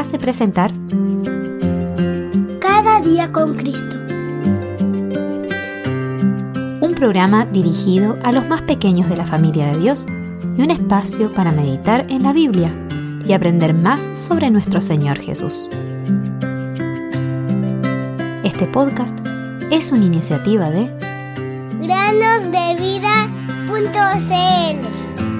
complace presentar Cada día con Cristo, un programa dirigido a los más pequeños de la familia de Dios y un espacio para meditar en la Biblia y aprender más sobre nuestro Señor Jesús. Este podcast es una iniciativa de granosdevida.cl.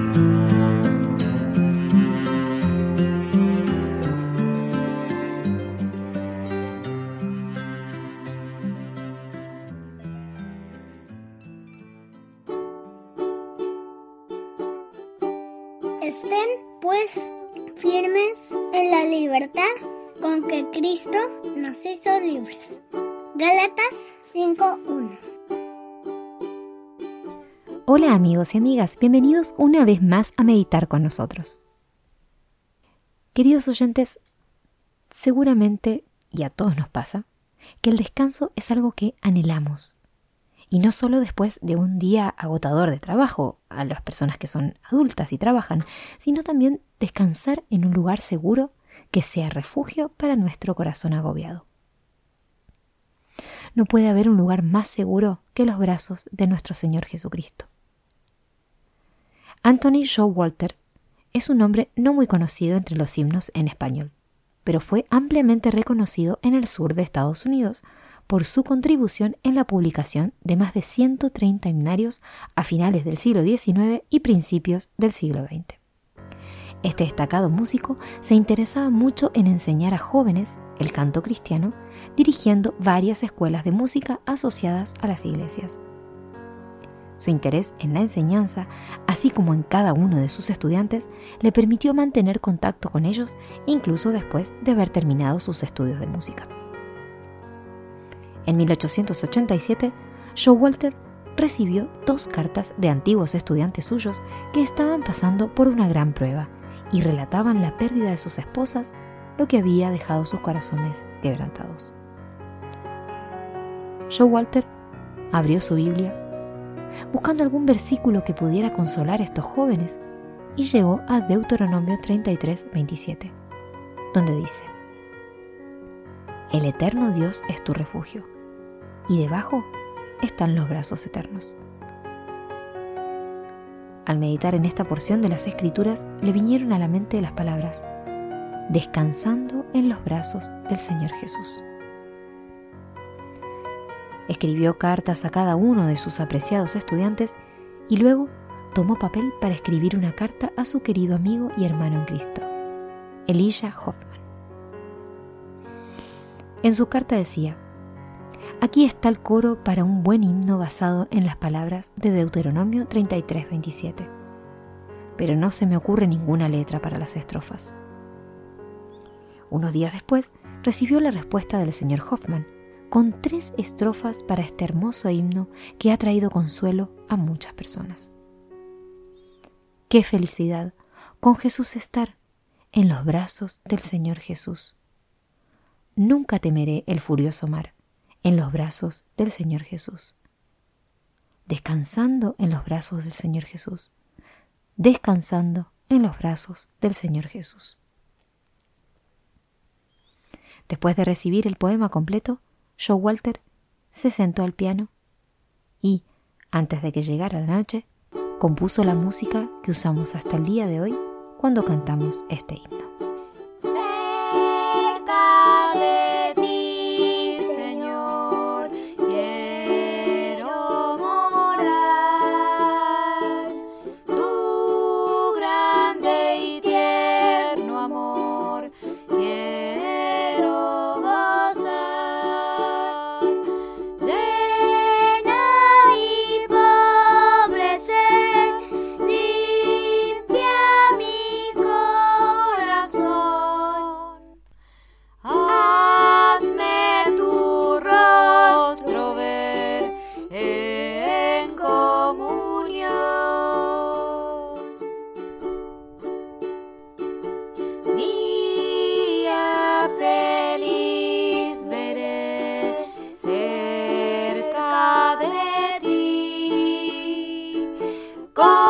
Estén, pues, firmes en la libertad con que Cristo nos hizo libres. Gálatas 5:1. Hola amigos y amigas, bienvenidos una vez más a meditar con nosotros. Queridos oyentes, seguramente, y a todos nos pasa, que el descanso es algo que anhelamos. Y no solo después de un día agotador de trabajo, a las personas que son adultas y trabajan, sino también descansar en un lugar seguro que sea refugio para nuestro corazón agobiado. No puede haber un lugar más seguro que los brazos de nuestro Señor Jesucristo. Anthony Showalter es un hombre no muy conocido entre los himnos en español, pero fue ampliamente reconocido en el sur de Estados Unidos por su contribución en la publicación de más de 130 himnarios a finales del siglo XIX y principios del siglo XX. Este destacado músico se interesaba mucho en enseñar a jóvenes el canto cristiano, dirigiendo varias escuelas de música asociadas a las iglesias. Su interés en la enseñanza, así como en cada uno de sus estudiantes, le permitió mantener contacto con ellos incluso después de haber terminado sus estudios de música. En 1887, Showalter recibió 2 cartas de antiguos estudiantes suyos que estaban pasando por una gran prueba y relataban la pérdida de sus esposas, lo que había dejado sus corazones quebrantados. Showalter abrió su Biblia, buscando algún versículo que pudiera consolar a estos jóvenes, y llegó a Deuteronomio 33:27, donde dice: El eterno Dios es tu refugio, y debajo están los brazos eternos. Al meditar en esta porción de las Escrituras, le vinieron a la mente las palabras: descansando en los brazos del Señor Jesús. Escribió cartas a cada uno de sus apreciados estudiantes y luego tomó papel para escribir una carta a su querido amigo y hermano en Cristo, Elijah Hoffman. En su carta decía: aquí está el coro para un buen himno basado en las palabras de Deuteronomio 33:27, pero no se me ocurre ninguna letra para las estrofas. Unos días después recibió la respuesta del señor Hoffman, con 3 estrofas para este hermoso himno que ha traído consuelo a muchas personas. ¡Qué felicidad con Jesús estar en los brazos del Señor Jesús! Nunca temeré el furioso mar, en los brazos del Señor Jesús. Descansando en los brazos del Señor Jesús. Descansando en los brazos del Señor Jesús. Después de recibir el poema completo, Showalter se sentó al piano y, antes de que llegara la noche, compuso la música que usamos hasta el día de hoy cuando cantamos este himno. Cerca de ti, Señor, quiero morar. Tu grande y tierno amor quiero gozar. Llena mi pobre ser, limpia mi corazón. Hazme tu rostro ver en comunión. Día feliz veré cerca de ti.